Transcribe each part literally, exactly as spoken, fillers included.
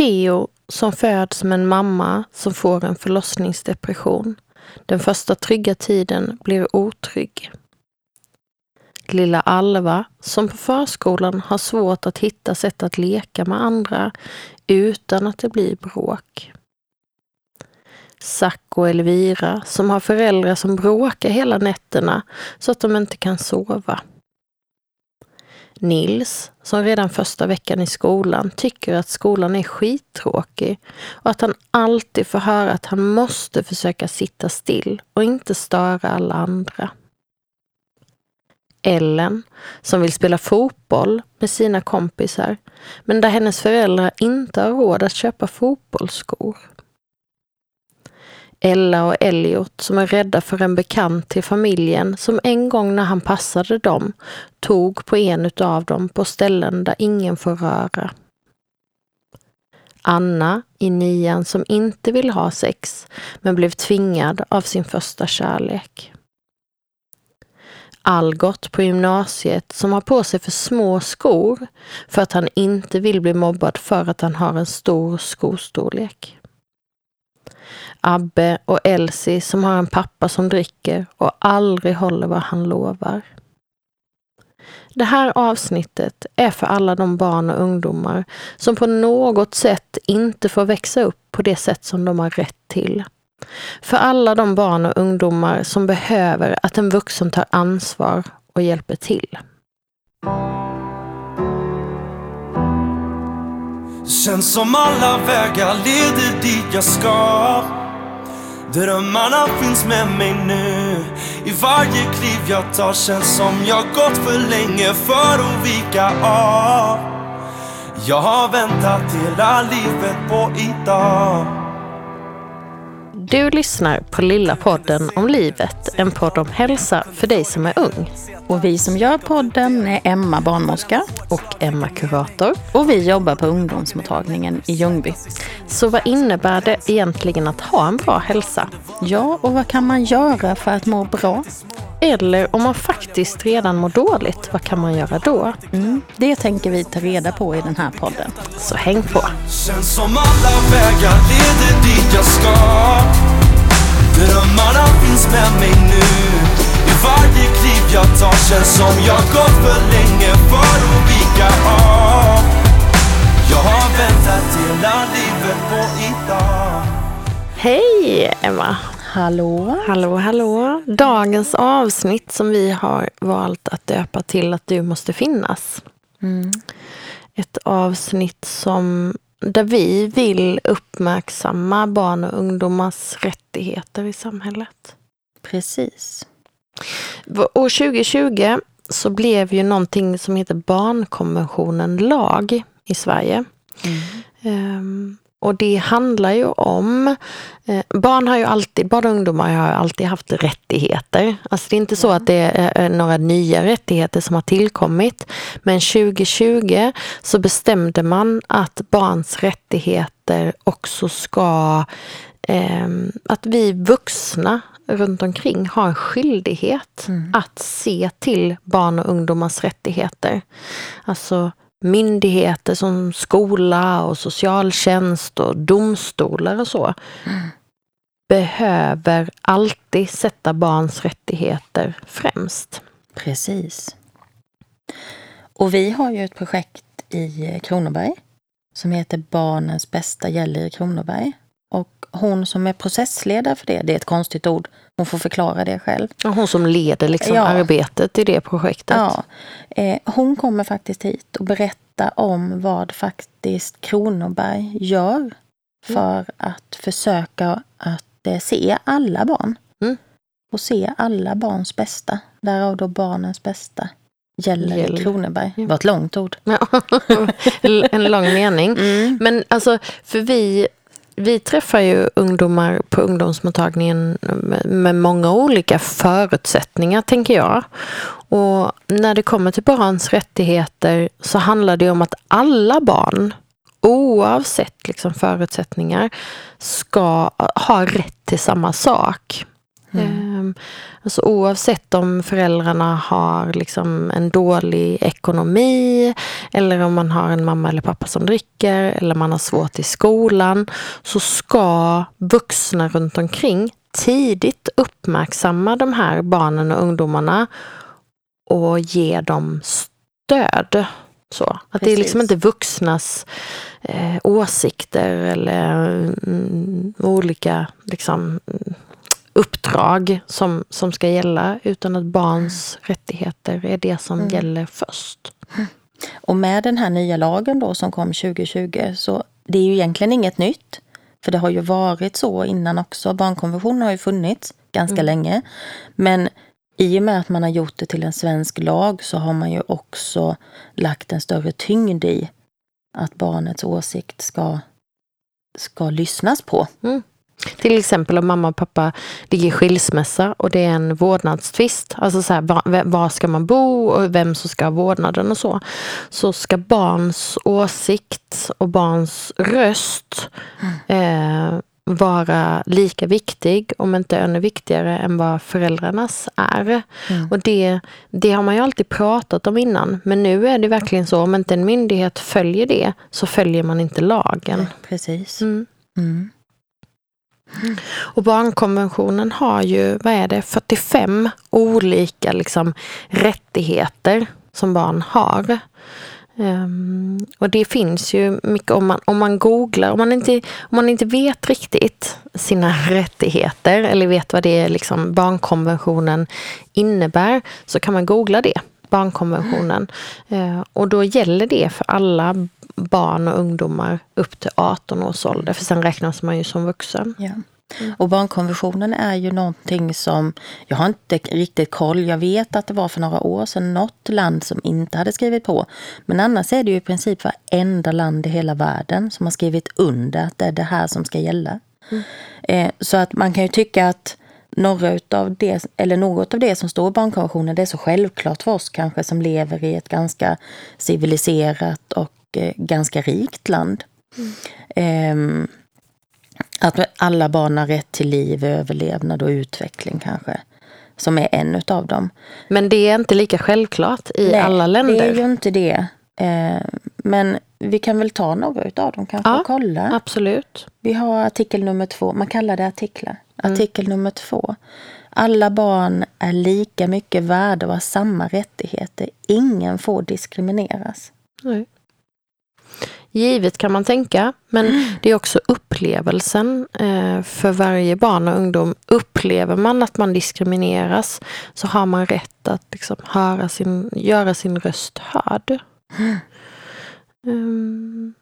Theo som föds med en mamma som får en förlossningsdepression. Den första trygga tiden blir otrygg. Lilla Alva som på förskolan har svårt att hitta sätt att leka med andra utan att det blir bråk. Zack och Elvira som har föräldrar som bråkar hela nätterna så att de inte kan sova. Nils som redan första veckan i skolan tycker att skolan är skittråkig och att han alltid får höra att han måste försöka sitta still och inte störa alla andra. Ellen som vill spela fotboll med sina kompisar men där hennes föräldrar inte har råd att köpa fotbollsskor. Ella och Elliot som är rädda för en bekant till familjen som en gång när han passade dem tog på en utav dem på ställen där ingen får röra. Anna i nian som inte vill ha sex men blev tvingad av sin första kärlek. Algot på gymnasiet som har på sig för små skor för att han inte vill bli mobbad för att han har en stor skostorlek. Abbe och Elsie som har en pappa som dricker och aldrig håller vad han lovar. Det här avsnittet är för alla de barn och ungdomar som på något sätt inte får växa upp på det sätt som de har rätt till. För alla de barn och ungdomar som behöver att en vuxen tar ansvar och hjälper till. Känns som alla vägar leder dit jag ska. Drömmarna finns med mig nu. I varje kliv jag tar känns som jag gått för länge för att vika av. Jag har väntat hela livet på idag. Du lyssnar på Lilla podden om livet, en podd om hälsa för dig som är ung. Och vi som gör podden är Emma barnmorska och Emma kurator. Och vi jobbar på ungdomsmottagningen i Ljungby. Så vad innebär det egentligen att ha en bra hälsa? Ja, och vad kan man göra för att må bra? Eller om man faktiskt redan mår dåligt, vad kan man göra då? Mm, det tänker vi ta reda på i den här podden. Så häng på! Känns som alla vägar leder dit jag ska. Drömmarna finns med mig nu. I varje kliv jag tar känns som jag gått för länge för att vika av. Jag har väntat hela livet på idag. Hej Emma! Hallå? Hallå, hallå. Dagens avsnitt som vi har valt att döpa till att du måste finnas. Mm. Ett avsnitt som, där vi vill uppmärksamma barn och ungdomars rättigheter i samhället. Precis. År tjugo tjugo så blev ju någonting som heter barnkonventionen lag i Sverige. Mm. Um, Och det handlar ju om, eh, barn har ju alltid, barn och ungdomar har ju alltid haft rättigheter. Alltså det är inte så att det är några nya rättigheter som har tillkommit. Men tjugo tjugo så bestämde man att barns rättigheter också ska, eh, att vi vuxna runt omkring har en skyldighet mm. att se till barn och ungdomars rättigheter. Alltså myndigheter som skola och socialtjänst och domstolar och så mm. behöver alltid sätta barns rättigheter främst. Precis. Och vi har ju ett projekt i Kronoberg som heter Barnens bästa gäller i Kronoberg. Och hon som är processledare för det, det är ett konstigt ord, hon får förklara det själv. Och hon som leder liksom ja. arbetet i det projektet. Ja, eh, hon kommer faktiskt hit och berätta om vad faktiskt Kronoberg gör för mm. att försöka att eh, se alla barn. Mm. Och se alla barns bästa. Därav då barnens bästa gäller, gäller. i Kronoberg. Det var ett långt ord. Ja. En lång mening. Mm. Men alltså, för vi... Vi träffar ju ungdomar på ungdomsmottagningen med många olika förutsättningar, tänker jag. Och när det kommer till barns rättigheter så handlar det om att alla barn, oavsett liksom förutsättningar, ska ha rätt till samma sak. Mm. alltså oavsett om föräldrarna har liksom en dålig ekonomi eller om man har en mamma eller pappa som dricker eller man har svårt i skolan, så ska vuxna runt omkring tidigt uppmärksamma de här barnen och ungdomarna och ge dem stöd. Så. Att Precis. Det är liksom inte vuxnas eh, åsikter eller mm, olika liksom, uppdrag som, som ska gälla, utan att barns mm. rättigheter är det som mm. gäller först. Mm. Och med den här nya lagen då som kom tjugo tjugo, så det är ju egentligen inget nytt. För det har ju varit så innan också. Barnkonventionen har ju funnits ganska mm. länge. Men i och med att man har gjort det till en svensk lag så har man ju också lagt en större tyngd i att barnets åsikt ska, ska lyssnas på. Mm. Till exempel om mamma och pappa ligger i skilsmässa och det är en vårdnadstvist. Alltså så här, var, var ska man bo och vem som ska ha vårdnaden och så. Så ska barns åsikt och barns röst mm. eh, vara lika viktig, om inte ännu viktigare än vad föräldrarnas är. Mm. Och det, det har man ju alltid pratat om innan. Men nu är det verkligen så, om inte en myndighet följer det så följer man inte lagen. Ja, precis. Mm. Mm. Mm. Och barnkonventionen har ju, vad är det, fyrtiofem olika liksom rättigheter som barn har. Um, och det finns ju mycket, om man, om man googlar, om man, inte, om man inte vet riktigt sina rättigheter eller vet vad det är liksom barnkonventionen innebär, så kan man googla det, barnkonventionen. Mm. Uh, och då gäller det för alla barn och ungdomar upp till arton års ålder, för sen räknas man ju som vuxen. Ja. Mm. Och barnkonventionen är ju någonting som, jag har inte riktigt koll, jag vet att det var för några år sedan något land som inte hade skrivit på, men annars är det ju i princip varenda land i hela världen som har skrivit under att det är det här som ska gälla. Mm. Eh, så att man kan ju tycka att några utav det, eller något av det som står i barnkonventionen, det är så självklart för oss kanske som lever i ett ganska civiliserat och eh, ganska rikt land. Mm. Eh, Att alla barn har rätt till liv, överlevnad och utveckling kanske. Som är en utav dem. Men det är inte lika självklart i Nej, alla länder. Det är ju inte det. Eh, men vi kan väl ta några utav dem kanske ja, och kolla. Absolut. Vi har artikel nummer två. Man kallar det artiklar. Mm. Artikel nummer två. Alla barn är lika mycket värda och har samma rättigheter. Ingen får diskrimineras. Nej. Givet kan man tänka, men mm. det är också upplevelsen eh, för varje barn och ungdom. Upplever man att man diskrimineras så har man rätt att liksom, höra sin, göra sin röst hörd. Mm. Um,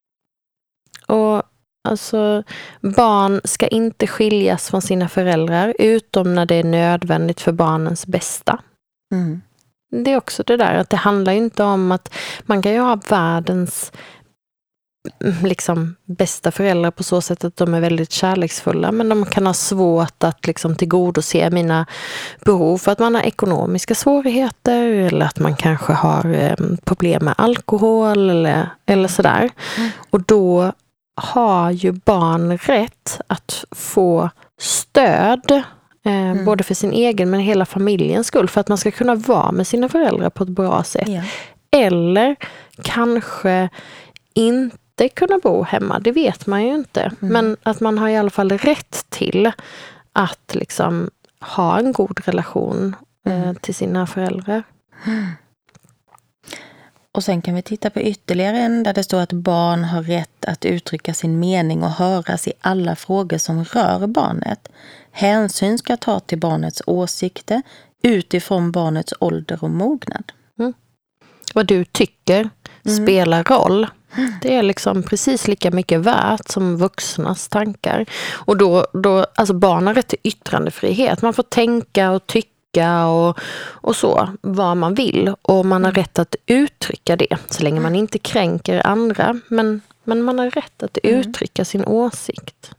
och alltså, barn ska inte skiljas från sina föräldrar utom när det är nödvändigt för barnens bästa. Mm. Det är också det där att det handlar inte om att man kan ju ha världens liksom bästa föräldrar på så sätt att de är väldigt kärleksfulla, men de kan ha svårt att liksom tillgodose mina behov för att man har ekonomiska svårigheter eller att man kanske har eh, problem med alkohol eller, eller sådär. Mm. Och då har ju barn rätt att få stöd eh, mm. både för sin egen men hela familjens skull, för att man ska kunna vara med sina föräldrar på ett bra sätt. Yeah. Eller kanske inte kunna bo hemma, det vet man ju inte. Mm. Men att man har i alla fall rätt till att liksom ha en god relation mm. eh, till sina föräldrar. Mm. Och sen kan vi titta på ytterligare en där det står att barn har rätt att uttrycka sin mening och höras i alla frågor som rör barnet. Hänsyn ska ta till barnets åsikter utifrån barnets ålder och mognad. Mm. Vad du tycker mm. spelar roll. Det är liksom precis lika mycket värt som vuxnas tankar. Och då, då alltså barn har rätt till yttrandefrihet. Man får tänka och tycka och, och så, vad man vill. Och man har rätt att uttrycka det, så länge man inte kränker andra. Men, men man har rätt att uttrycka sin åsikt.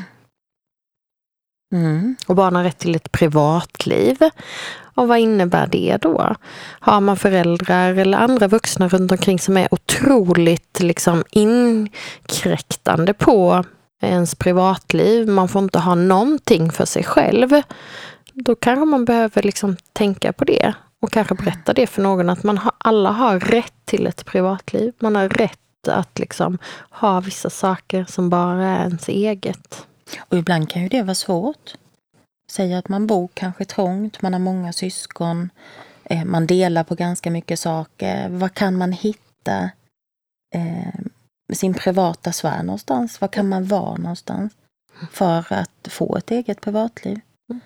Mm. Och barn har rätt till ett privatliv. Och vad innebär det då? Har man föräldrar eller andra vuxna runt omkring som är otroligt liksom inkräktande på ens privatliv. Man får inte ha någonting för sig själv. då kanske man behöver liksom tänka på det och kanske berätta det för någon, att man har, alla har rätt till ett privatliv. Man har rätt att liksom ha vissa saker som bara är ens eget. Och ibland kan ju det vara svårt. Säga att man bor kanske trångt, man har många syskon, eh, man delar på ganska mycket saker. Vad kan man hitta eh, sin privata sfär någonstans? Vad kan man vara någonstans för att få ett eget privatliv?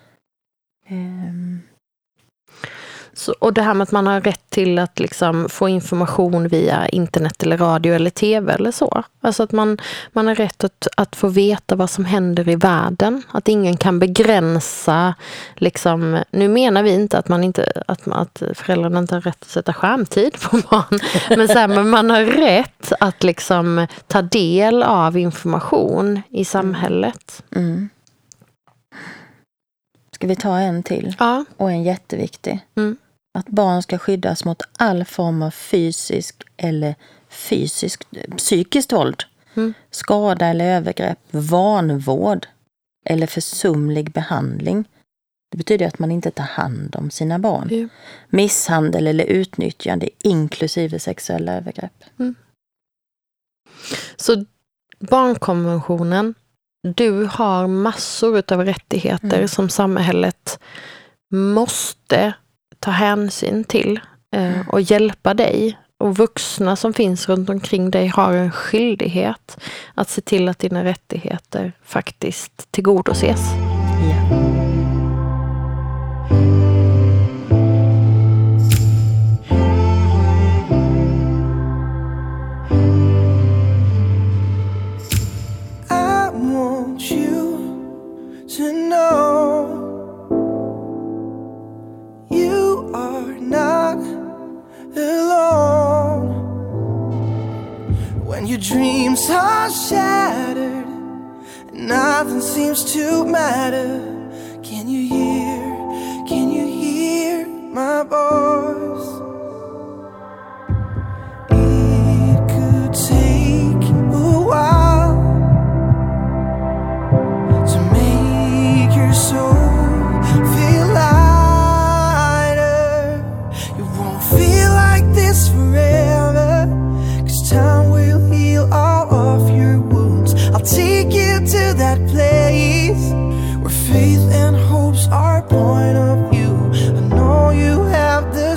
Mm. Så, och det här med att man har rätt till att liksom få information via internet eller radio eller tv eller så. Alltså att man, man har rätt att, att få veta vad som händer i världen. Att ingen kan begränsa, liksom, nu menar vi inte att man inte att, att föräldrarna inte har rätt att sätta skärmtid på barn. Men, så här, men man har rätt att liksom ta del av information i samhället. Mm. Ska vi ta en till? Ja. Och en jätteviktig. Mm. Att barn ska skyddas mot all form av fysisk eller fysisk, psykiskt våld. Mm. Skada eller övergrepp, vanvård eller försumlig behandling. Det betyder att man inte tar hand om sina barn. Mm. Misshandel eller utnyttjande inklusive sexuella övergrepp. Mm. Så barnkonventionen, du har massor av rättigheter mm. som samhället måste ta hänsyn till eh, mm. och hjälpa dig. Och vuxna som finns runt omkring dig har en skyldighet att se till att dina rättigheter faktiskt tillgodoses. Ja. To know you are not alone when your dreams are shattered and nothing seems to matter. Can you hear, can you hear my voice? It could take a while to make your soul feel lighter. You won't feel like this forever, 'cause time will heal all of your wounds. I'll take you to that place where faith and hopes are point of view. I know you have the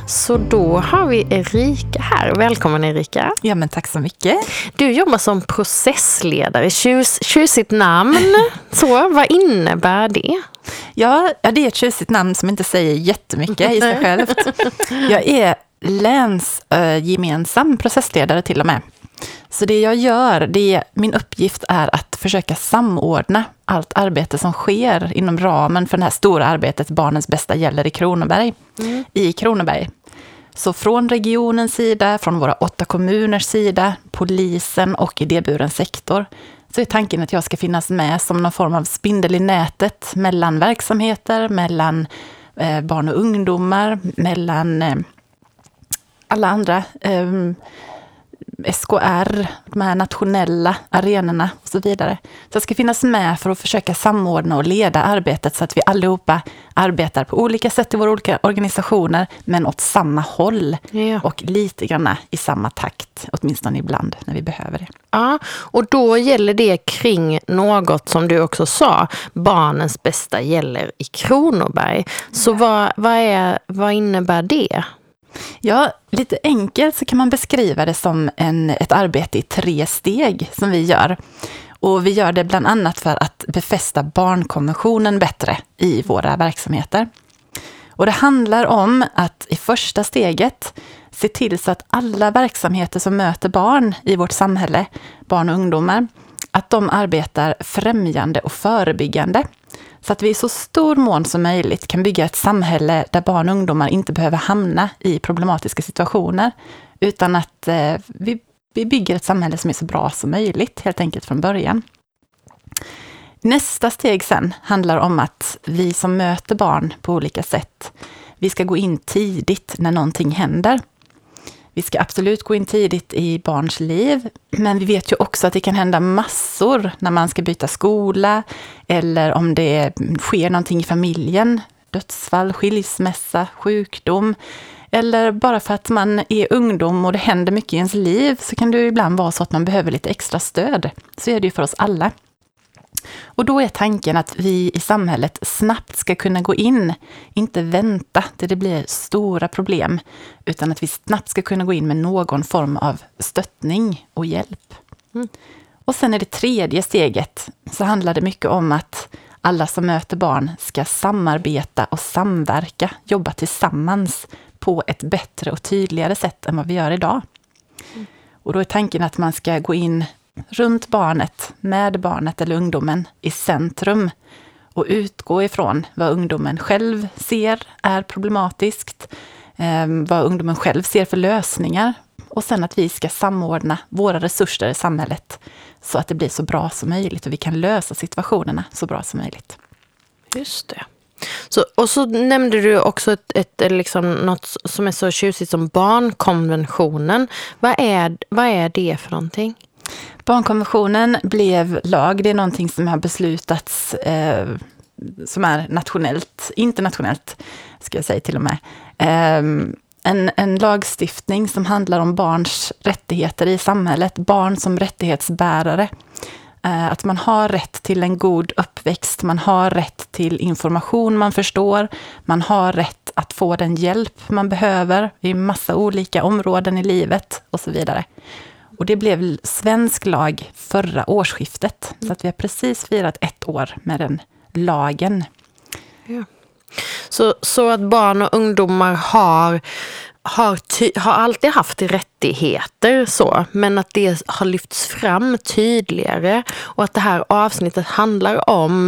Så då har vi Erika här. Välkommen Erika. Ja, men tack så mycket. Du jobbar som processledare. Tjus, tjusigt namn. Så, vad innebär det? Ja, ja, det är ett tjusigt namn som inte säger jättemycket i sig självt. Jag är länsgemensam processledare till och med. Så det jag gör, det är, min uppgift är att försöka samordna allt arbete som sker inom ramen för det här stora arbetet Barnens bästa gäller i Kronoberg. Mm. I Kronoberg. Så från regionens sida, från våra åtta kommuners sida, polisen och idéburen sektor, så är tanken att jag ska finnas med som någon form av spindel i nätet mellan verksamheter, mellan eh, barn och ungdomar, mellan eh, alla andra eh, S K R, de här nationella arenorna och så vidare. Så jag ska finnas med för att försöka samordna och leda arbetet så att vi allihopa arbetar på olika sätt i våra olika organisationer, men åt samma håll ja. Och lite grann i samma takt, åtminstone ibland när vi behöver det. Ja, och då gäller det kring något som du också sa, barnens bästa gäller i Kronoberg. Så ja. vad, vad, är, vad innebär det? Ja, lite enkelt så kan man beskriva det som en, ett arbete i tre steg som vi gör. Och vi gör det bland annat för att befästa barnkonventionen bättre i våra verksamheter. Och det handlar om att i första steget se till så att alla verksamheter som möter barn i vårt samhälle, barn och ungdomar, att de arbetar främjande och förebyggande. Så att vi i så stor mån som möjligt kan bygga ett samhälle där barn och ungdomar inte behöver hamna i problematiska situationer. Utan att eh, vi, vi bygger ett samhälle som är så bra som möjligt, helt enkelt från början. Nästa steg sen handlar om att vi som möter barn på olika sätt, vi ska gå in tidigt när någonting händer. Vi ska absolut gå in tidigt i barns liv, men vi vet ju också att det kan hända massor när man ska byta skola eller om det sker någonting i familjen, dödsfall, skilsmässa, sjukdom, eller bara för att man är ungdom och det händer mycket i ens liv så kan det ibland vara så att man behöver lite extra stöd. Så är det ju för oss alla. Och då är tanken att vi i samhället snabbt ska kunna gå in, inte vänta till det blir stora problem, utan att vi snabbt ska kunna gå in med någon form av stöttning och hjälp. Mm. Och sen är det tredje steget, så handlar det mycket om att alla som möter barn ska samarbeta och samverka, jobba tillsammans på ett bättre och tydligare sätt än vad vi gör idag. Mm. Och då är tanken att man ska gå in runt barnet, med barnet eller ungdomen i centrum och utgå ifrån vad ungdomen själv ser är problematiskt, eh, vad ungdomen själv ser för lösningar och sen att vi ska samordna våra resurser i samhället så att det blir så bra som möjligt och vi kan lösa situationerna så bra som möjligt. Just det. Så, och så nämnde du också ett, ett, liksom något som är så tjusigt som barnkonventionen. Vad är, vad är det för någonting? Barnkonventionen blev lag. Det är någonting som har beslutats eh, som är nationellt, internationellt ska jag säga till och med. Eh, en, en lagstiftning som handlar om barns rättigheter i samhället. Barn som rättighetsbärare. Eh, att man har rätt till en god uppväxt. Man har rätt till information man förstår. Man har rätt att få den hjälp man behöver i massa olika områden i livet och så vidare. Och det blev svensk lag förra årsskiftet. Så att vi har precis firat ett år med den lagen. Ja. Så, så att barn och ungdomar har, har, ty, har alltid haft rättigheter så. Men att det har lyfts fram tydligare. Och att det här avsnittet handlar om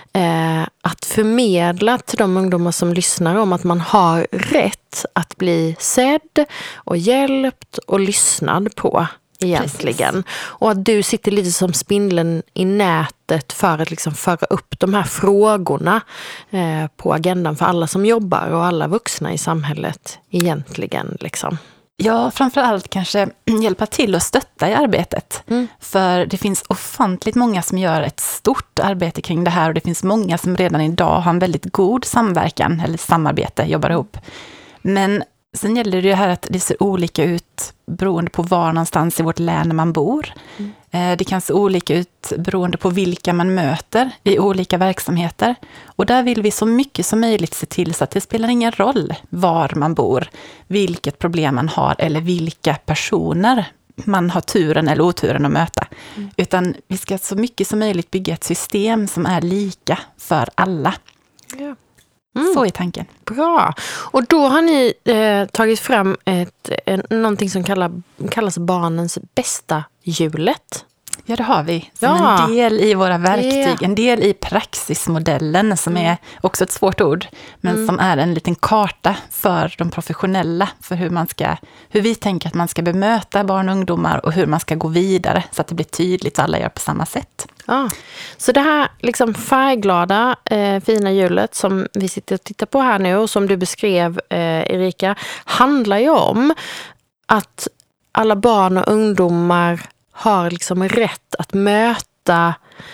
eh, att förmedla till de ungdomar som lyssnar om att man har rätt att bli sedd och hjälpt och lyssnad på. Egentligen. Precis. Och att du sitter lite som spindeln i nätet för att liksom föra upp de här frågorna eh, på agendan för alla som jobbar och alla vuxna i samhället egentligen. Liksom. Ja, framförallt kanske hjälpa till och stötta i arbetet. Mm. För det finns ofantligt många som gör ett stort arbete kring det här och det finns många som redan idag har en väldigt god samverkan eller samarbete, jobbar ihop. Men sen gäller det ju här att det ser olika ut beroende på var någonstans i vårt län man bor. Mm. Det kan se olika ut beroende på vilka man möter i olika verksamheter. Och där vill vi så mycket som möjligt se till så att det spelar ingen roll var man bor, vilket problem man har eller vilka personer man har turen eller oturen att möta. Mm. Utan vi ska så mycket som möjligt bygga ett system som är lika för alla. Ja. Mm. Så är tanken. Bra. Och då har ni eh, tagit fram ett, en, någonting som kallar, kallas barnens bästa hjulet. Ja, det har vi. Som ja. en del i våra verktyg. Yeah. En del i praxismodellen som mm. är också ett svårt ord. Men mm. som är en liten karta för de professionella. För hur, man ska, hur vi tänker att man ska bemöta barn och ungdomar. Och hur man ska gå vidare så att det blir tydligt att alla gör på samma sätt. Ja. Så det här liksom färgglada eh, fina hjulet som vi sitter och tittar på här nu. Och som du beskrev eh, Erika. Handlar ju om att alla barn och ungdomar har liksom rätt att möta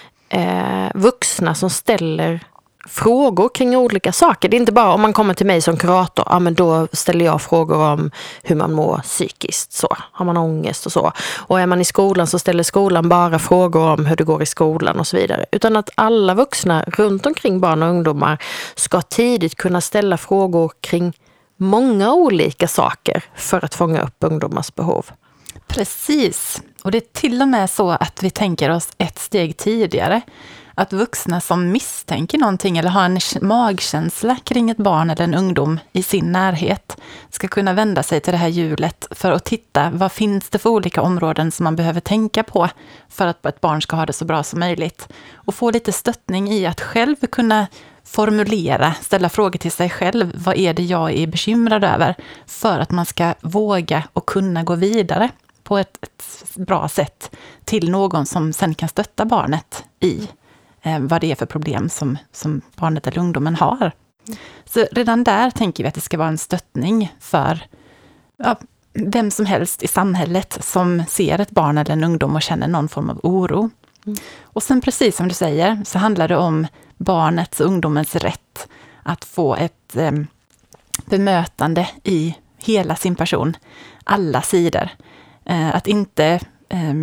eh, vuxna som ställer frågor kring olika saker. Det är inte bara om man kommer till mig som kurator, ja men då ställer jag frågor om hur man mår psykiskt, så har man ångest och så. Och är man i skolan så ställer skolan bara frågor om hur det går i skolan och så vidare. Utan att alla vuxna runt omkring barn och ungdomar ska tidigt kunna ställa frågor kring många olika saker för att fånga upp ungdomars behov. Precis. Och det är till och med så att vi tänker oss ett steg tidigare. Att vuxna som misstänker någonting eller har en magkänsla kring ett barn eller en ungdom i sin närhet ska kunna vända sig till det här hjulet för att titta vad finns det för olika områden som man behöver tänka på för att ett barn ska ha det så bra som möjligt. Och få lite stöttning i att själv kunna formulera, ställa frågor till sig själv. Vad är det jag är bekymrad över? För att man ska våga och kunna gå vidare på ett, ett bra sätt till någon som sen kan stötta barnet i eh, vad det är för problem som, som barnet eller ungdomen har. Mm. Så redan där tänker vi att det ska vara en stöttning för ja, vem som helst i samhället som ser ett barn eller en ungdom och känner någon form av oro. Mm. Och sen precis som du säger så handlar det om barnets och ungdomens rätt att få ett eh, bemötande i hela sin person, alla sidor. Eh, att inte eh,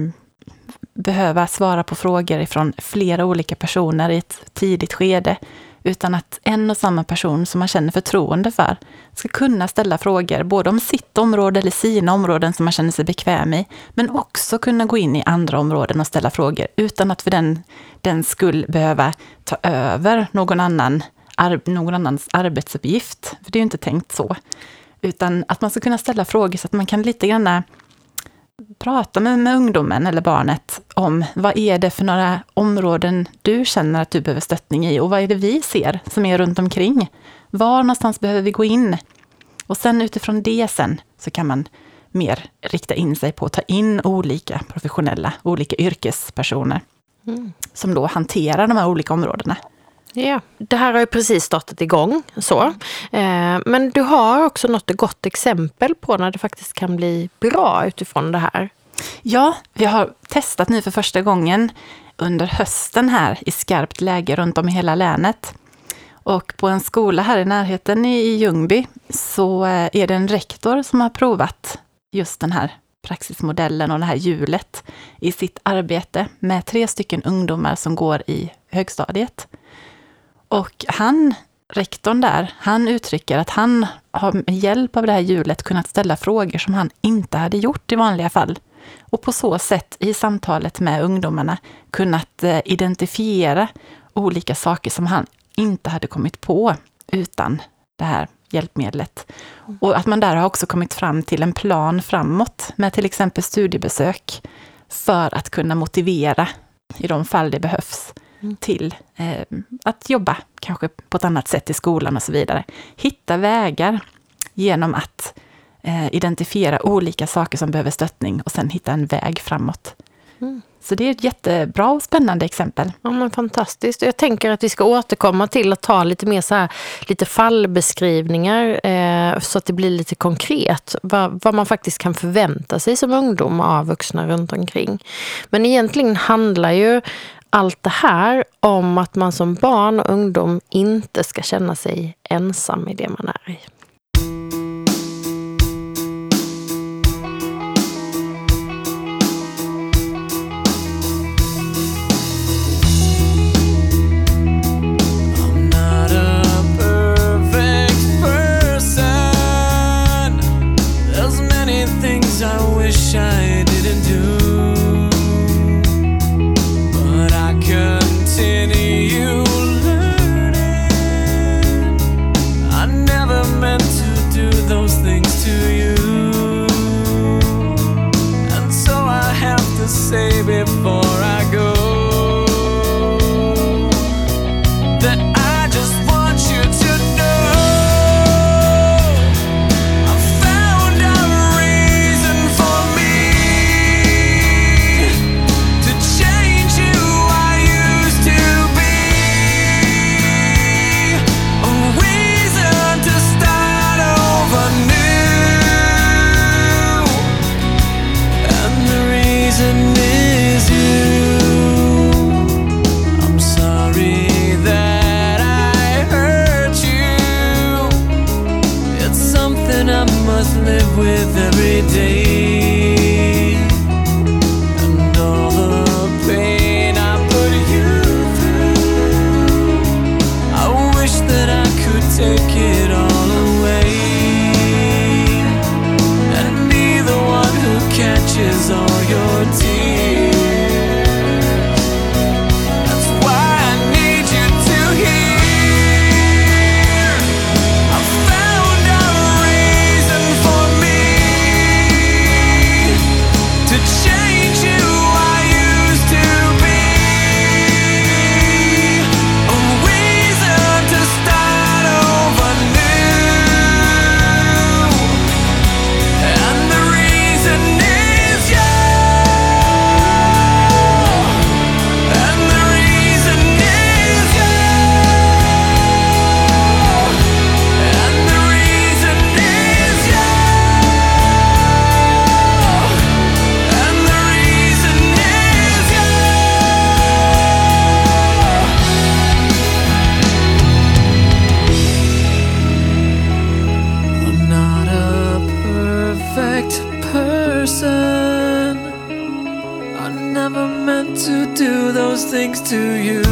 behöva svara på frågor ifrån flera olika personer i ett tidigt skede, utan att en och samma person som man känner förtroende för ska kunna ställa frågor både om sitt område eller sina områden som man känner sig bekväm i, men också kunna gå in i andra områden och ställa frågor utan att för den, den skulle behöva ta över någon, annan, ar, någon annans arbetsuppgift. För det är ju inte tänkt så. Utan att man ska kunna ställa frågor så att man kan lite grann prata med, med ungdomen eller barnet om vad är det för några områden du känner att du behöver stöttning i och vad är det vi ser som är runt omkring. Var någonstans behöver vi gå in? Och sen utifrån det sen så kan man mer rikta in sig på att ta in olika professionella, olika yrkespersoner mm. som då hanterar de här olika områdena. Ja, det här har ju precis startat igång så. Eh, men du har också något gott exempel på när det faktiskt kan bli bra utifrån det här. Ja, vi har testat nu för första gången under hösten här i skarpt läge runt om i hela länet. Och på en skola här i närheten i Ljungby så är det en rektor som har provat just den här praxismodellen och det här hjulet i sitt arbete med tre stycken ungdomar som går i högstadiet. Och han, rektorn där, han uttrycker att han har med hjälp av det här hjulet kunnat ställa frågor som han inte hade gjort i vanliga fall. Och på så sätt i samtalet med ungdomarna kunnat eh, identifiera olika saker som han inte hade kommit på utan det här hjälpmedlet. Och att man där har också kommit fram till en plan framåt med till exempel studiebesök för att kunna motivera i de fall det behövs. Till eh, att jobba kanske på ett annat sätt i skolan och så vidare. Hitta vägar genom att eh, identifiera olika saker som behöver stöttning och sen hitta en väg framåt. Mm. Så det är ett jättebra och spännande exempel. Ja, men fantastiskt. Jag tänker att vi ska återkomma till att ta lite mer så här, lite fallbeskrivningar eh, så att det blir lite konkret. Vad, vad man faktiskt kan förvänta sig som ungdom av vuxna runt omkring. Men egentligen handlar ju allt det här om att man som barn och ungdom inte ska känna sig ensam i det man är i. something I must live with every day. And all the pain I put you through, I wish that I could take it all away and be the one who catches all your tears. That's why I need you to hear. I found a reason for me to change who I used to be. A reason to start over new. And the reason is you. And the reason is you. And the reason is you. And the reason is you. I'm not a perfect person. I never meant to do those things to you.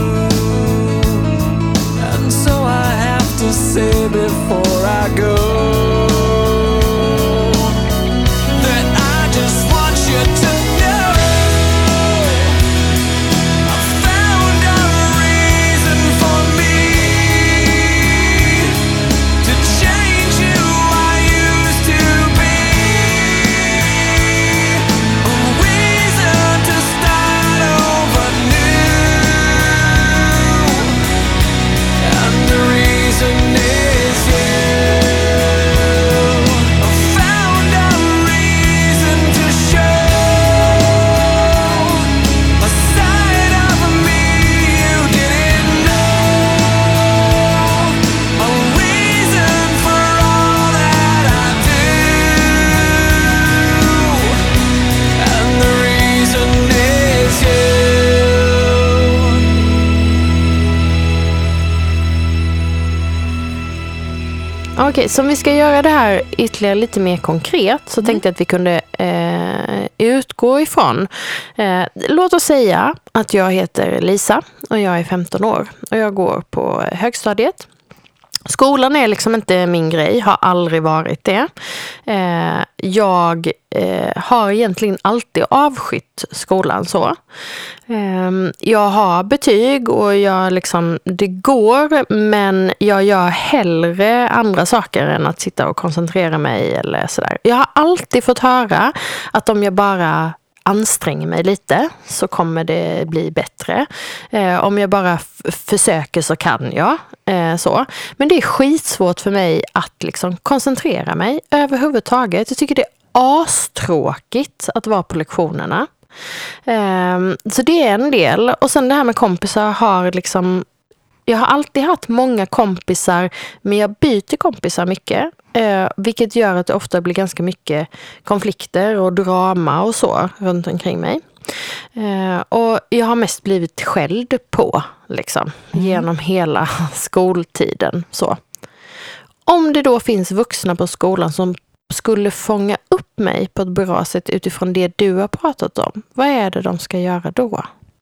And so I have to say before I go that I just want you to know I found a reason for me to change who I used to be. A reason to start over new. And the reason is you. I found a reason to show a side of me you didn't know. A reason for all that I do. And the reason is you. Okej, så om vi ska göra det här ytterligare lite mer konkret så tänkte jag att vi kunde eh, utgå ifrån. Eh, låt oss säga att jag heter Lisa och jag är femton år och jag går på högstadiet. Skolan är liksom inte min grej, har aldrig varit det. Eh, jag eh, har egentligen alltid avskytt skolan så. Eh, jag har betyg och jag liksom, det går, men jag gör hellre andra saker än att sitta och koncentrera mig eller sådär. Jag har alltid fått höra att om jag bara anstränger mig lite så kommer det bli bättre. Eh, om jag bara f- försöker så kan jag. Eh, så. Men det är skitsvårt för mig att liksom koncentrera mig överhuvudtaget. Jag tycker det är astråkigt att vara på lektionerna. Eh, så det är en del. Och sen det här med kompisar har liksom... Jag har alltid haft många kompisar, men jag byter kompisar mycket. Eh, vilket gör att det ofta blir ganska mycket konflikter och drama och så runt omkring mig. Eh, och jag har mest blivit skälld på liksom, mm. genom hela skoltiden. Så. Om det då finns vuxna på skolan som skulle fånga upp mig på ett bra sätt utifrån det du har pratat om, vad är det de ska göra då?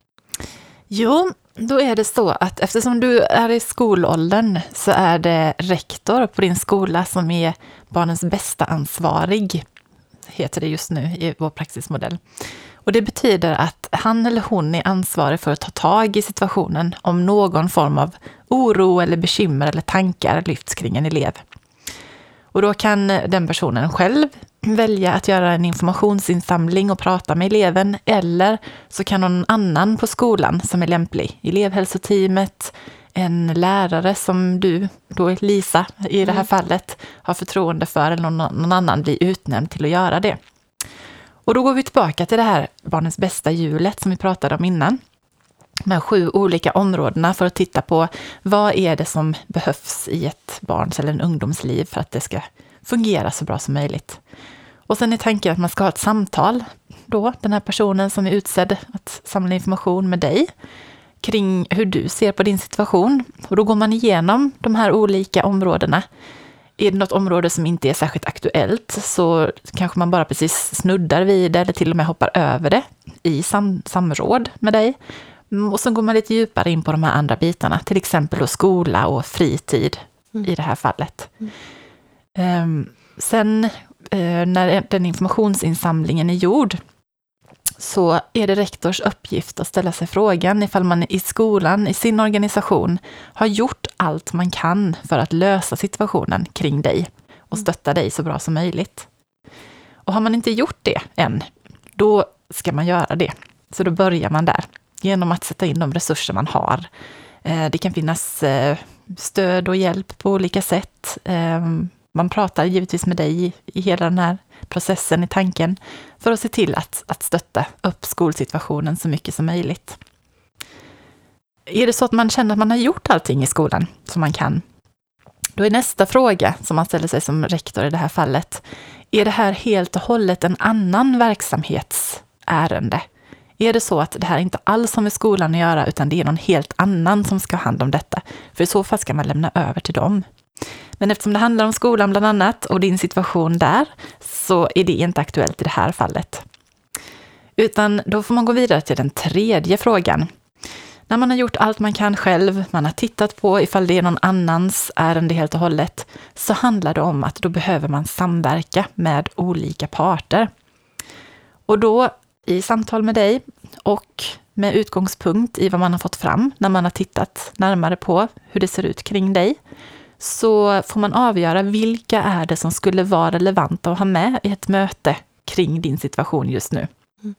Jo, då är det så att eftersom du är i skolåldern så är det rektor på din skola som är barnens bästa ansvarig, heter det just nu i vår praxismodell. Och det betyder att han eller hon är ansvarig för att ta tag i situationen om någon form av oro eller bekymmer eller tankar lyfts kring en elev. Och då kan den personen själv välja att göra en informationsinsamling och prata med eleven, eller så kan någon annan på skolan som är lämplig, elevhälsoteamet, en lärare som du, då Lisa i det här fallet, har förtroende för, eller någon, någon annan blir utnämnd till att göra det. Och då går vi tillbaka till det här barnens bästa hjulet som vi pratade om innan. De här sju olika områdena för att titta på vad är det som behövs i ett barns eller en ungdomsliv för att det ska fungera så bra som möjligt. Och sen är tanken att man ska ha ett samtal då, den här personen som är utsedd att samla information med dig kring hur du ser på din situation. Och då går man igenom de här olika områdena är det något område som inte är särskilt aktuellt så kanske man bara precis snuddar vid det eller till och med hoppar över det i sam- samråd med dig. Och så går man lite djupare in på de här andra bitarna, till exempel då skola och fritid mm. i det här fallet. Mm. Um, sen uh, när den informationsinsamlingen är gjord så är det rektors uppgift att ställa sig frågan ifall man i skolan, i sin organisation, har gjort allt man kan för att lösa situationen kring dig och stötta dig så bra som möjligt. Och har man inte gjort det än, då ska man göra det. Så då börjar man där, genom att sätta in de resurser man har. Det kan finnas stöd och hjälp på olika sätt. Man pratar givetvis med dig i hela den här processen i tanken för att se till att, att stötta upp skolsituationen så mycket som möjligt. Är det så att man känner att man har gjort allting i skolan som man kan, då är nästa fråga som man ställer sig som rektor i det här fallet, är det här helt och hållet en annan verksamhetsärende? Är det så att det här inte alls har med skolan att göra utan det är någon helt annan som ska ha hand om detta? För i så fall ska man lämna över till dem. Men eftersom det handlar om skolan bland annat och din situation där så är det inte aktuellt i det här fallet. Utan då får man gå vidare till den tredje frågan. När man har gjort allt man kan själv, man har tittat på ifall det är någon annans ärende helt och hållet, så handlar det om att då behöver man samverka med olika parter. Och då i samtal med dig och med utgångspunkt i vad man har fått fram när man har tittat närmare på hur det ser ut kring dig, så får man avgöra vilka är det som skulle vara relevanta att ha med i ett möte kring din situation just nu. Mm.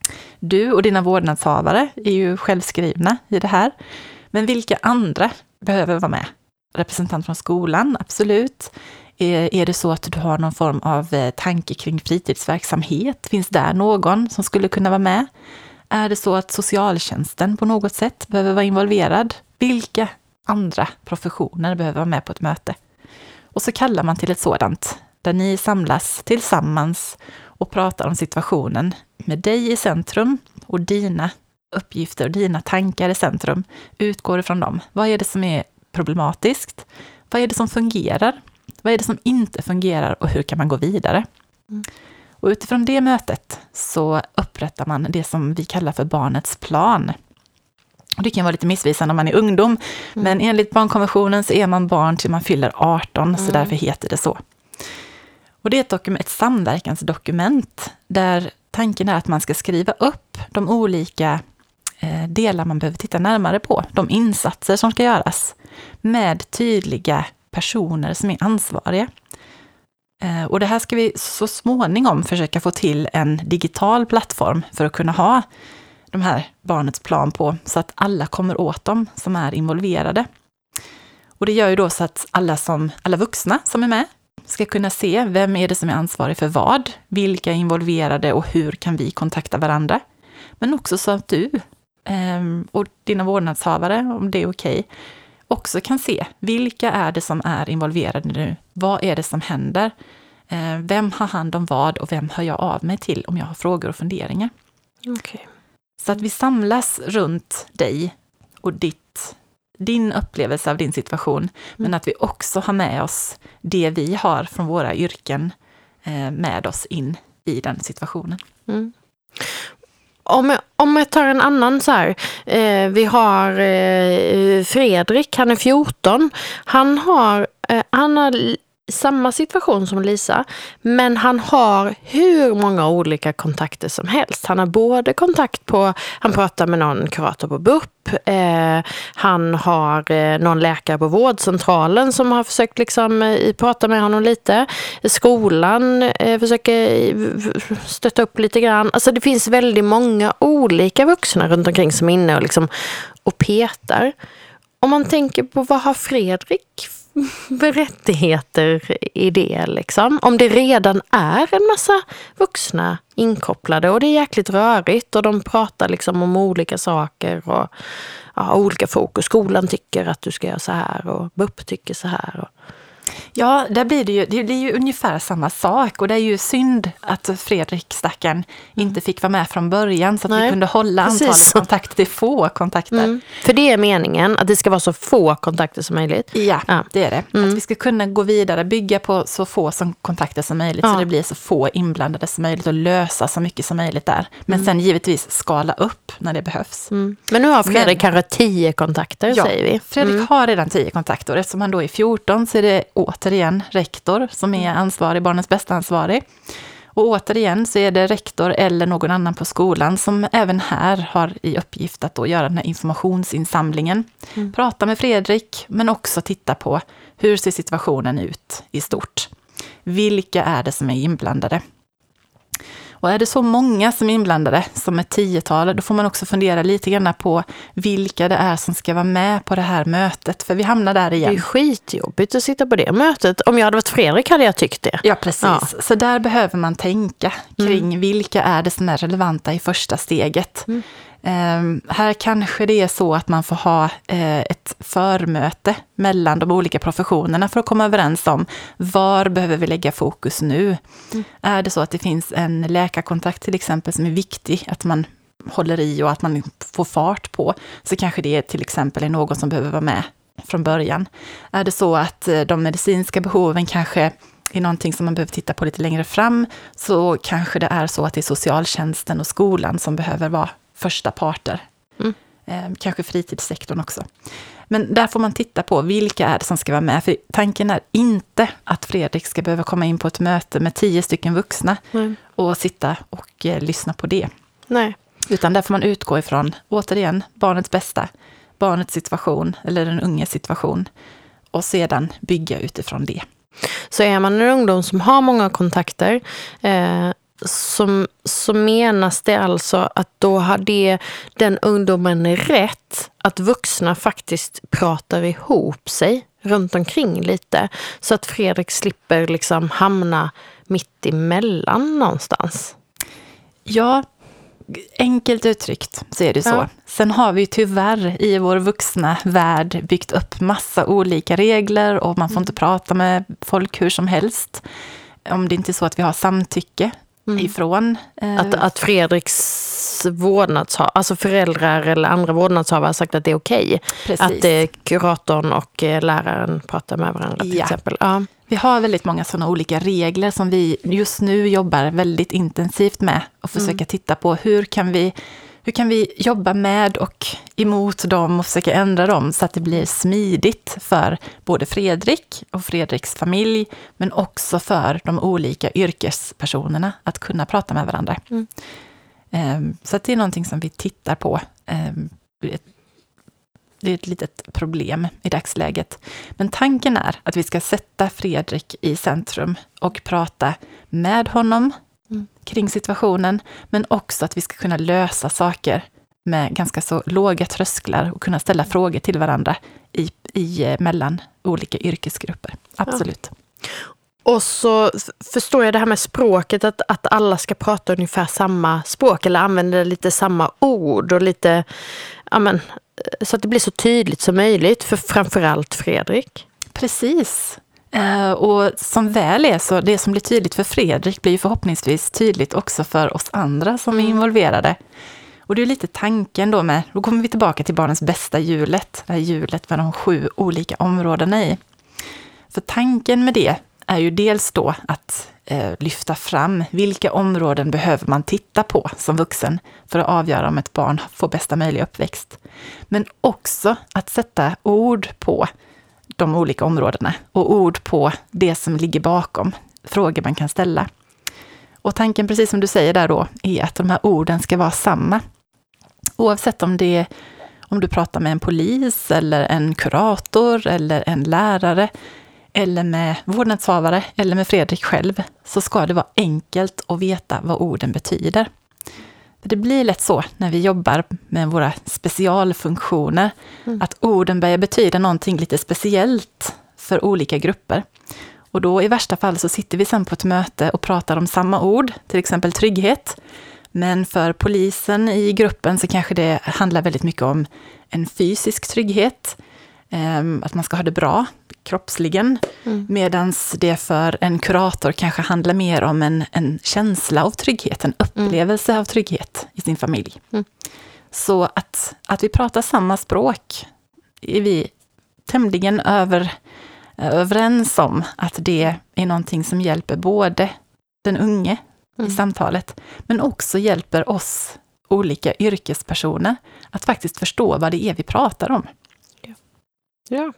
Du och dina vårdnadshavare är ju självskrivna i det här, men vilka andra behöver vara med? Representant från skolan, absolut. Är, är det så att du har någon form av tanke kring fritidsverksamhet? Finns där någon som skulle kunna vara med? Är det så att socialtjänsten på något sätt behöver vara involverad? Vilka andra professioner behöver vara med på ett möte? Och så kallar man till ett sådant där ni samlas tillsammans och pratar om situationen med dig i centrum och dina uppgifter och dina tankar i centrum. Utgår ifrån dem. Vad är det som är problematiskt? Vad är det som fungerar? Vad är det som inte fungerar och hur kan man gå vidare? Mm. Och utifrån det mötet så upprättar man det som vi kallar för barnets plan. Och det kan vara lite missvisande om man är ungdom, mm. men enligt barnkonventionen så är man barn till man fyller arton, mm. så därför heter det så. Och det är ett, dokument, ett samverkansdokument där tanken är att man ska skriva upp de olika eh, delar man behöver titta närmare på, de insatser som ska göras med tydliga personer som är ansvariga. Eh, och det här ska vi så småningom försöka få till en digital plattform för att kunna ha de här barnets plan på, så att alla kommer åt dem som är involverade. Och det gör ju då så att alla, som, alla vuxna som är med ska kunna se vem är det som är ansvarig för vad, vilka är involverade och hur kan vi kontakta varandra. Men också så att du eh, och dina vårdnadshavare, om det är okej, också kan se vilka är det som är involverade nu. Vad är det som händer? Eh, vem har hand om vad och vem hör jag av mig till om jag har frågor och funderingar? Okay. Så att vi samlas runt dig och ditt, din upplevelse av din situation. Mm. Men att vi också har med oss det vi har från våra yrken eh, med oss in i den situationen. Mm. Om jag, om jag tar en annan så här. Eh, vi har eh, Fredrik, han är fjorton. Han har, eh, han har samma situation som Lisa, men han har hur många olika kontakter som helst. Han har både kontakt på, han pratar med någon kurator på B U P, eh, han har eh, någon läkare på vårdcentralen som har försökt liksom eh, prata med honom lite. Skolan eh, försöker stötta upp lite grann. Alltså det finns väldigt många olika vuxna runt omkring som är inne och, liksom, och petar. Om man tänker på vad har Fredrik rättigheter i det liksom. Om det redan är en massa vuxna inkopplade och det är jäkligt rörigt och de pratar liksom om olika saker och ja, olika fokus. Skolan tycker att du ska göra så här och B U P tycker så här. Och... Ja, där blir det ju, det blir ju ungefär samma sak och det är ju synd att Fredrik stackaren mm. inte fick vara med från början så att Nej, vi kunde hålla precis. antalet kontakter till få kontakter. Mm. För det är meningen, att det ska vara så få kontakter som möjligt. Ja, ja. det är det. Mm. Att vi ska kunna gå vidare, bygga på så få som kontakter som möjligt ja. så det blir så få inblandade som möjligt och lösa så mycket som möjligt där. Men mm. sen givetvis skala upp när det behövs. Mm. Men nu har Fredrik Men, kanske tio kontakter ja, säger vi. Fredrik mm. har redan tio kontakter. Eftersom han då är fjorton så är det återigen rektor som är ansvarig, barnens bästa ansvarig. Och återigen så är det rektor eller någon annan på skolan som även här har i uppgift att då göra den här informationsinsamlingen. Mm. Prata med Fredrik men också titta på hur ser situationen ut i stort. Vilka är det som är inblandade? Och är det så många som är inblandade, som ett tiotal, då får man också fundera lite grann på vilka det är som ska vara med på det här mötet. För vi hamnar där igen. Det är skitjobbigt att sitta på det mötet. Om jag hade varit Fredrik hade jag tyckt det. Ja, precis. Ja. Så där behöver man tänka kring mm. vilka är det som är relevanta i första steget. Mm. Um, här kanske det är så att man får ha uh, ett förmöte mellan de olika professionerna för att komma överens om var behöver vi lägga fokus nu. Mm. Är det så att det finns en läkarkontakt till exempel som är viktig att man håller i och att man får fart på, så kanske det till exempel är någon som behöver vara med från början. Är det så att uh, de medicinska behoven kanske är någonting som man behöver titta på lite längre fram, så kanske det är så att det är socialtjänsten och skolan som behöver vara första parter. Mm. Eh, kanske fritidssektorn också. Men där får man titta på vilka är det som ska vara med. För tanken är inte att Fredrik ska behöva komma in på ett möte med tio stycken vuxna mm. och sitta och eh, lyssna på det. Nej. Utan där får man utgå ifrån, återigen, barnets bästa, barnets situation eller den unges situation och sedan bygga utifrån det. Så är man en ungdom som har många kontakter eh, Som, så menas det alltså att då har det, den ungdomen rätt att vuxna faktiskt pratar ihop sig runt omkring lite. Så att Fredrik slipper liksom hamna mitt emellan någonstans. Ja, enkelt uttryckt så är det så. Ja. Sen har vi tyvärr i vår vuxna värld byggt upp massa olika regler och man får mm. inte prata med folk hur som helst. Om det inte är så att vi har samtycke. Mm. ifrån. Eh, att, att Fredriks vårdnadshavare, alltså föräldrar eller andra vårdnadshavare har sagt att det är okej. Precis. Att eh, kuratorn och eh, läraren pratar med varandra till ja. exempel. Ja. Vi har väldigt många sådana olika regler som vi just nu jobbar väldigt intensivt med och försöka mm. titta på hur kan vi Hur kan vi jobba med och emot dem och försöka ändra dem så att det blir smidigt för både Fredrik och Fredriks familj, men också för de olika yrkespersonerna att kunna prata med varandra. Mm. Um, så att det är någonting som vi tittar på. Um, det är ett litet problem i dagsläget. Men tanken är att vi ska sätta Fredrik i centrum och prata med honom Mm. kring situationen, men också att vi ska kunna lösa saker med ganska så låga trösklar och kunna ställa frågor till varandra i, i mellan olika yrkesgrupper. Absolut. Ja. Och så förstår jag det här med språket, att, att alla ska prata ungefär samma språk eller använda lite samma ord och lite, ja men, så att det blir så tydligt som möjligt för framförallt Fredrik. Precis. Uh, och som väl är så, det som blir tydligt för Fredrik blir ju förhoppningsvis tydligt också för oss andra som är involverade. Och det är lite tanken då med, då kommer vi tillbaka till barnens bästa hjulet, det här hjulet med de sju olika områdena i. För tanken med det är ju dels då att eh, lyfta fram vilka områden behöver man titta på som vuxen för att avgöra om ett barn får bästa möjliga uppväxt. Men också att sätta ord på de olika områdena och ord på det som ligger bakom, frågor man kan ställa. Och tanken, precis som du säger där då, är att de här orden ska vara samma. Oavsett om det är, om du pratar med en polis eller en kurator eller en lärare eller med vårdnadshavare eller med Fredrik själv, så ska det vara enkelt att veta vad orden betyder. För det blir lätt så när vi jobbar med våra specialfunktioner mm. att orden börjar betyda någonting lite speciellt för olika grupper. Och då i värsta fall så sitter vi sen på ett möte och pratar om samma ord, till exempel trygghet. Men för polisen i gruppen så kanske det handlar väldigt mycket om en fysisk trygghet. Um, att man ska ha det bra kroppsligen. Mm. Medan det för en kurator kanske handlar mer om en, en känsla av trygghet, en upplevelse mm. av trygghet i sin familj. Mm. Så att, att vi pratar samma språk är vi tämligen över, överens om att det är någonting som hjälper både den unge mm. i samtalet, men också hjälper oss olika yrkespersoner att faktiskt förstå vad det är vi pratar om. Ja. ja.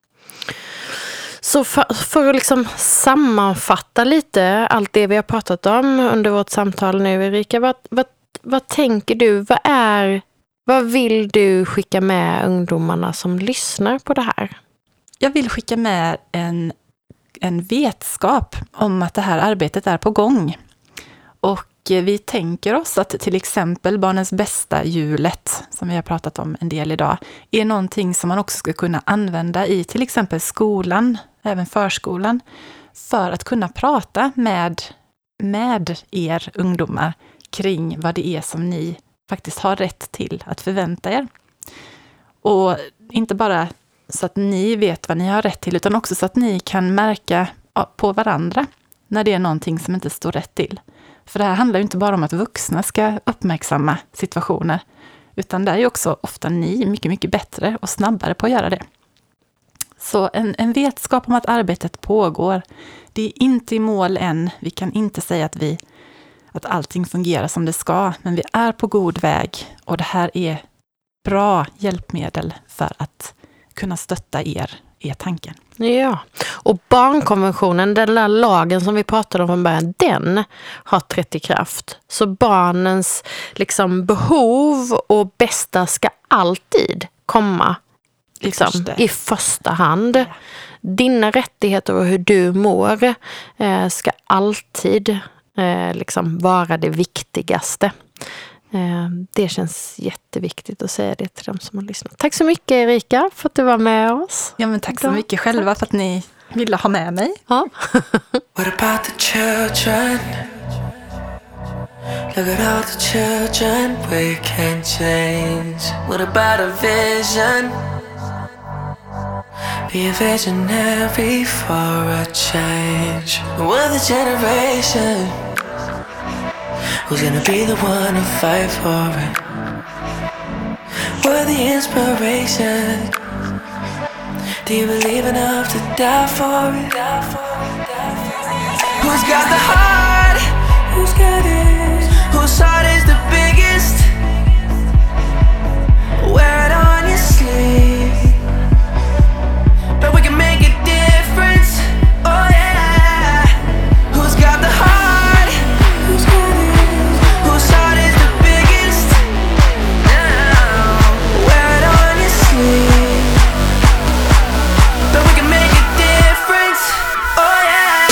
Så för, för att liksom sammanfatta lite allt det vi har pratat om under vårt samtal nu, Erika, vad, vad, vad tänker du? Vad är, vad vill du skicka med ungdomarna som lyssnar på det här? Jag vill skicka med en, en vetskap om att det här arbetet är på gång. Och vi tänker oss att till exempel barnens bästa hjulet, som vi har pratat om en del idag, är någonting som man också ska kunna använda i till exempel skolan, även förskolan, för att kunna prata med, med er ungdomar kring vad det är som ni faktiskt har rätt till att förvänta er. Och inte bara så att ni vet vad ni har rätt till, utan också så att ni kan märka på varandra när det är någonting som inte står rätt till. För det här handlar ju inte bara om att vuxna ska uppmärksamma situationer, utan det är ju också ofta ni mycket, mycket bättre och snabbare på att göra det. Så en, en vetskap om att arbetet pågår, det är inte i mål än. Vi kan inte säga att, vi, att allting fungerar som det ska, men vi är på god väg och det här är bra hjälpmedel för att kunna stötta er, er tanken. Ja, och barnkonventionen, den där lagen som vi pratade om från början, den har trätt i kraft. Så barnens liksom behov och bästa ska alltid komma liksom, I, första. i första hand. Ja. Dina rättigheter och hur du mår eh, ska alltid eh, liksom vara det viktigaste. Det känns jätteviktigt att säga det till dem som har lyssnat. Tack så mycket, Erika, för att du var med oss. Ja, men tack så mycket själva för att ni ville ha med mig. Ja. What about the children? Look at all the children we can change. What about a vision? Be a visionary for a change. We're the generation who's gonna be the one to fight for it? We're the inspiration. Do you believe enough to die for it? Who's got the heart? Who's got it? Whose heart is the biggest? Wear it on your sleeve. But we can make a difference. Oh yeah. Who's got the heart? Who's got it? Whose heart is the biggest? Now, wear it on your sleeve. But we can make a difference. Oh yeah.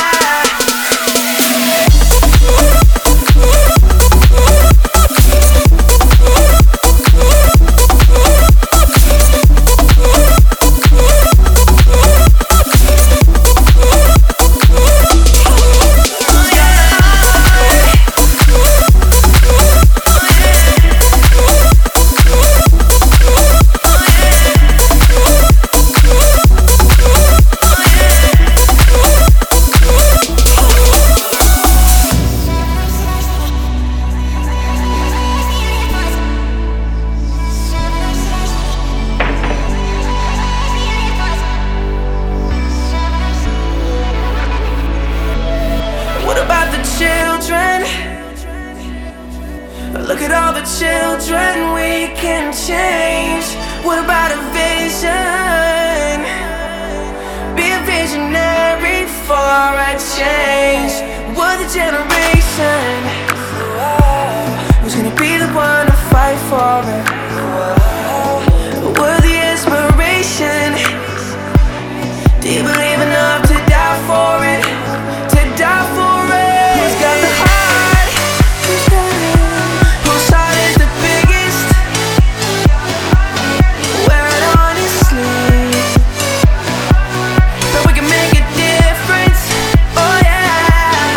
Look at all the children we can change. What about a vision? Be a visionary for a change. We're the generation who's gonna be the one to fight for it. We're the inspiration. Do you believe enough to die for it? To die for it. Who's got the heart? Who's got it? Whose heart is the biggest? Wear it on your sleeve. But we can make a difference. Oh yeah.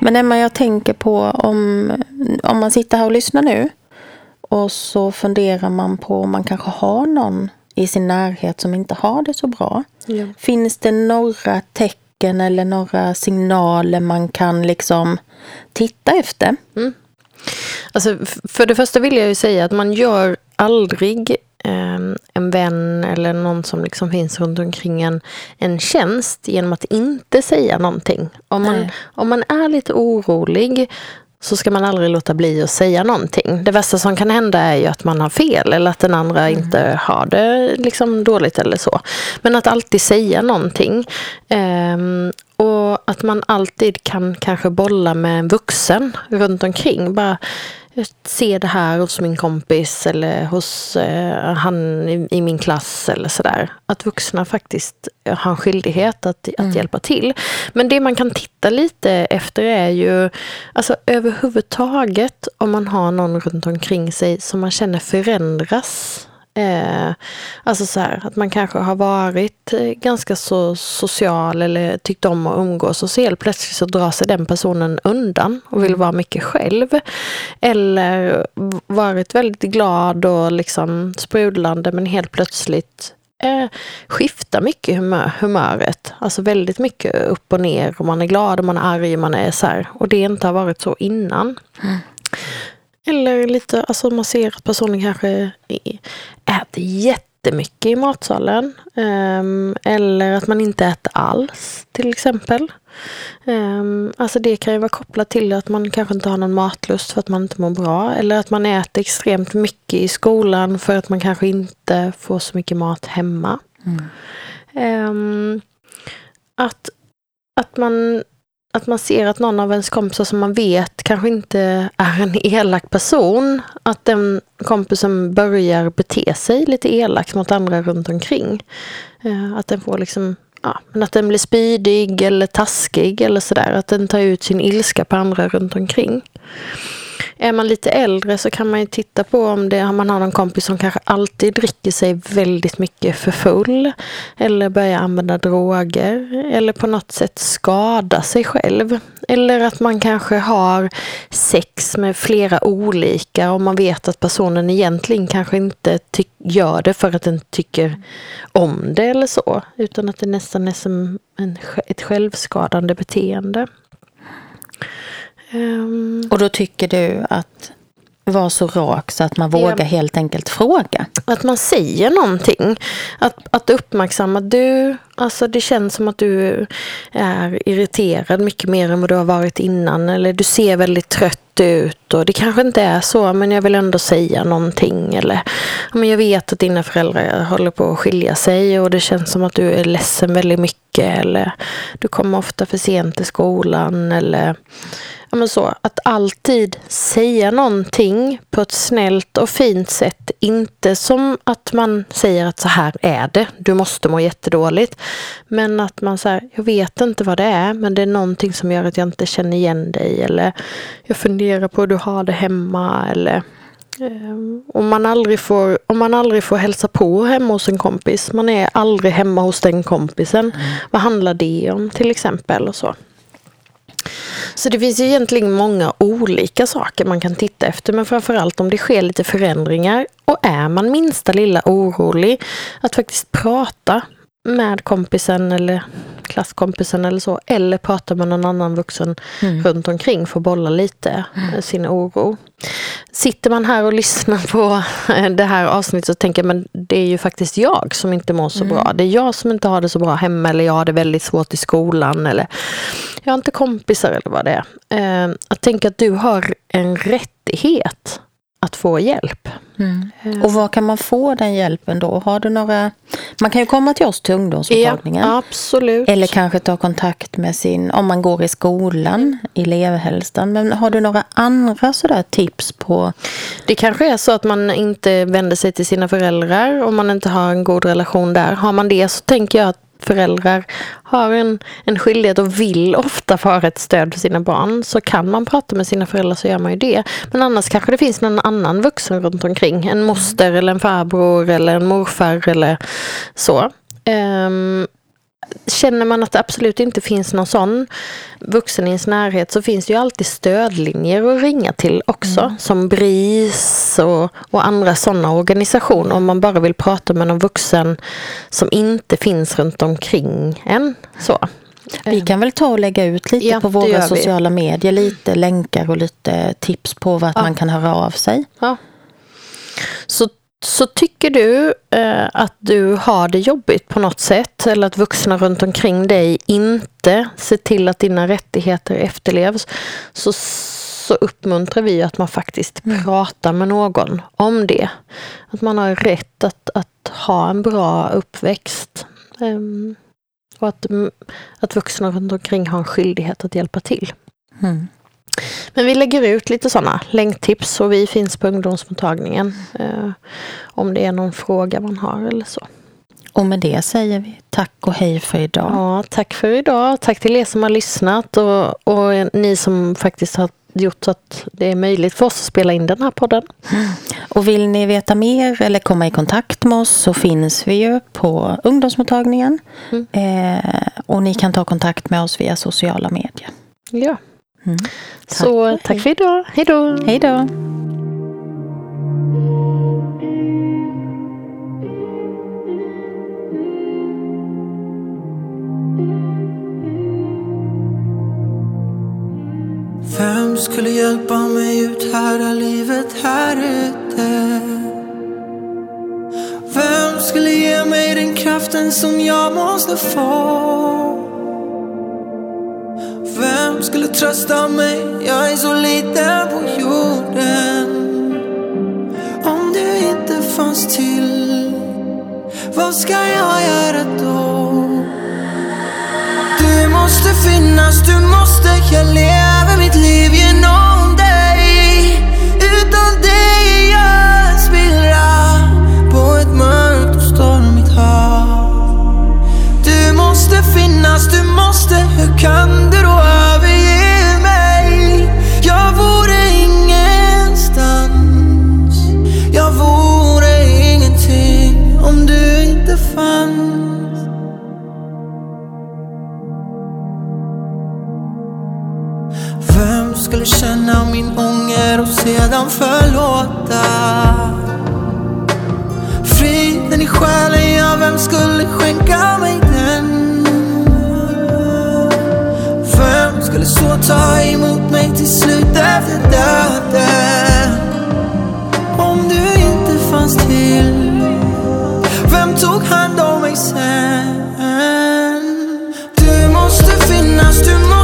Men Emma, jag tänker på om, om man sitter här och lyssnar nu och så funderar man på om man kanske har någon i sin närhet som inte har det så bra. Ja. Finns det några tecken eller några signaler man kan liksom titta efter? Mm. Alltså, för det första vill jag ju säga att man gör aldrig eh, en vän eller någon som liksom finns runt omkring en, en tjänst genom att inte säga någonting. Om man, om man är lite orolig så ska man aldrig låta bli att säga någonting. Det värsta som kan hända är ju att man har fel eller att den andra mm. inte har det liksom dåligt eller så. Men att alltid säga någonting. Um, och att man alltid kan kanske bolla med en vuxen runt omkring. Bara se det här hos min kompis eller hos uh, han i, i min klass eller sådär. Att vuxna faktiskt har en skyldighet att, att mm. hjälpa till. Men det man kan titta lite efter är ju alltså överhuvudtaget om man har någon runt omkring sig som man känner förändras. Eh, alltså så här, att man kanske har varit eh, ganska så social eller tyckt om att umgås och så helt plötsligt så drar sig den personen undan och vill vara mycket själv. Eller varit väldigt glad och liksom sprudlande men helt plötsligt eh, skiftar mycket humör, humöret. Alltså väldigt mycket upp och ner och man är glad och man är arg och man är så här. Och det inte har varit så innan. Mm. Eller lite, alltså man ser att personen kanske äter jättemycket i matsalen. Um, eller att man inte äter alls, till exempel. Um, alltså det kan ju vara kopplat till att man kanske inte har någon matlust för att man inte mår bra. Eller att man äter extremt mycket i skolan för att man kanske inte får så mycket mat hemma. Mm. Um, att, att man... Att man ser att någon av ens kompisar som man vet kanske inte är en elak person. Att den kompisen börjar bete sig lite elakt mot andra runt omkring. Att den får liksom, ja, men att den blir spydig eller taskig eller sådär. Att den tar ut sin ilska på andra runt omkring. Är man lite äldre så kan man ju titta på om det, om man har någon kompis som kanske alltid dricker sig väldigt mycket för full. Eller börjar använda droger. Eller på något sätt skada sig själv. Eller att man kanske har sex med flera olika och man vet att personen egentligen kanske inte ty- gör det för att den tycker om det eller så. Utan att det nästan är som en, ett självskadande beteende. Um, och då tycker du att vara så rak så att man vågar ja, helt enkelt fråga? Att man säger någonting. Att, att uppmärksamma du, alltså det känns som att du är irriterad mycket mer än vad du har varit innan. Eller du ser väldigt trött ut och det kanske inte är så, men jag vill ändå säga någonting. Eller men jag vet att dina föräldrar håller på att skilja sig och det känns som att du är ledsen väldigt mycket. Eller du kommer ofta för sent till skolan eller... Men så, att alltid säga någonting på ett snällt och fint sätt. Inte som att man säger att så här är det. Du måste må jättedåligt. Men att man säger, jag vet inte vad det är. Men det är någonting som gör att jag inte känner igen dig. Eller jag funderar på hur du har det hemma. Eller um, om, man aldrig får, om man aldrig får hälsa på hemma hos en kompis. Man är aldrig hemma hos den kompisen. Mm. Vad handlar det om till exempel och så. Så det finns ju egentligen många olika saker man kan titta efter. Men framförallt om det sker lite förändringar. Och är man minsta lilla orolig. Att faktiskt prata med kompisen eller klasskompisen eller så. Eller prata med någon annan vuxen mm. runt omkring. För att bolla lite mm. sin oro. Sitter man här och lyssnar på det här avsnittet och tänker men det är ju faktiskt jag som inte mår så mm. bra. Det är jag som inte har det så bra hemma eller jag har det väldigt svårt i skolan eller jag har inte kompisar eller vad det är. Att tänka att du har en rättighet att få hjälp. Mm. Och var kan man få den hjälpen då? Har du några... Man kan ju komma till oss till ungdomsmottagningen. Ja, absolut. Eller kanske ta kontakt med sin... Om man går i skolan, i elevhälsan. Men har du några andra sådär tips på... Det kanske är så att man inte vänder sig till sina föräldrar. Om man inte har en god relation där. Har man det så tänker jag att föräldrar har en, en skyldighet och vill ofta vara ett stöd för sina barn. Så kan man prata med sina föräldrar så gör man ju det. Men annars kanske det finns någon annan vuxen runt omkring. En moster eller en farbror eller en morfar eller så. Um, känner man att det absolut inte finns någon sån vuxen i ens närhet, så finns det ju alltid stödlinjer att ringa till också. Mm. Som B R I S och, och andra sådana organisationer. Om man bara vill prata med någon vuxen som inte finns runt omkring en. Så. Vi kan väl ta och lägga ut lite ja, på våra sociala medier. Lite länkar och lite tips på vart ja. man kan höra av sig. Ja. Så Så tycker du eh, att du har det jobbigt på något sätt, eller att vuxna runt omkring dig inte ser till att dina rättigheter efterlevs, så, så uppmuntrar vi att man faktiskt mm. pratar med någon om det. Att man har rätt att, att ha en bra uppväxt. Um, och att, att vuxna runt omkring har en skyldighet att hjälpa till. Mm. Men vi lägger ut lite sådana länktips, och vi finns på ungdomsmottagningen eh, om det är någon fråga man har eller så. Och med det säger vi tack och hej för idag. Ja, tack för idag. Tack till er som har lyssnat, och, och ni som faktiskt har gjort så att det är möjligt för oss att spela in den här podden. Mm. Och vill ni veta mer eller komma i kontakt med oss, så finns vi ju på ungdomsmottagningen. Mm. Eh, och ni kan ta kontakt med oss via sociala medier. Ja. Mm. Tack. Så tack för idag. Hej då. Hej då. Vem skulle hjälpa mig ut här av livet här ute? Vem skulle ge mig den kraften som jag måste få? Vem skulle trösta mig? Jag är så liten på jorden. Om du inte fanns till, vad ska jag göra då? Du måste finnas, du måste. Jag lever mitt liv genom dig. Utan dig är jag en spillra på ett mörkt och stormigt hav. Du måste finnas, du måste. Hur kan du då överge mig? Jag vore ingenstans. Jag vore ingenting om du inte fanns. Vem skulle känna min ånger och sedan förlåta? Friden i själen, ja, vem skulle skänka mig den? Vem skulle så ta emot mig till slut efter döden? Om du inte fanns till, vem tog hand om mig sen? Du måste finnas, du måste.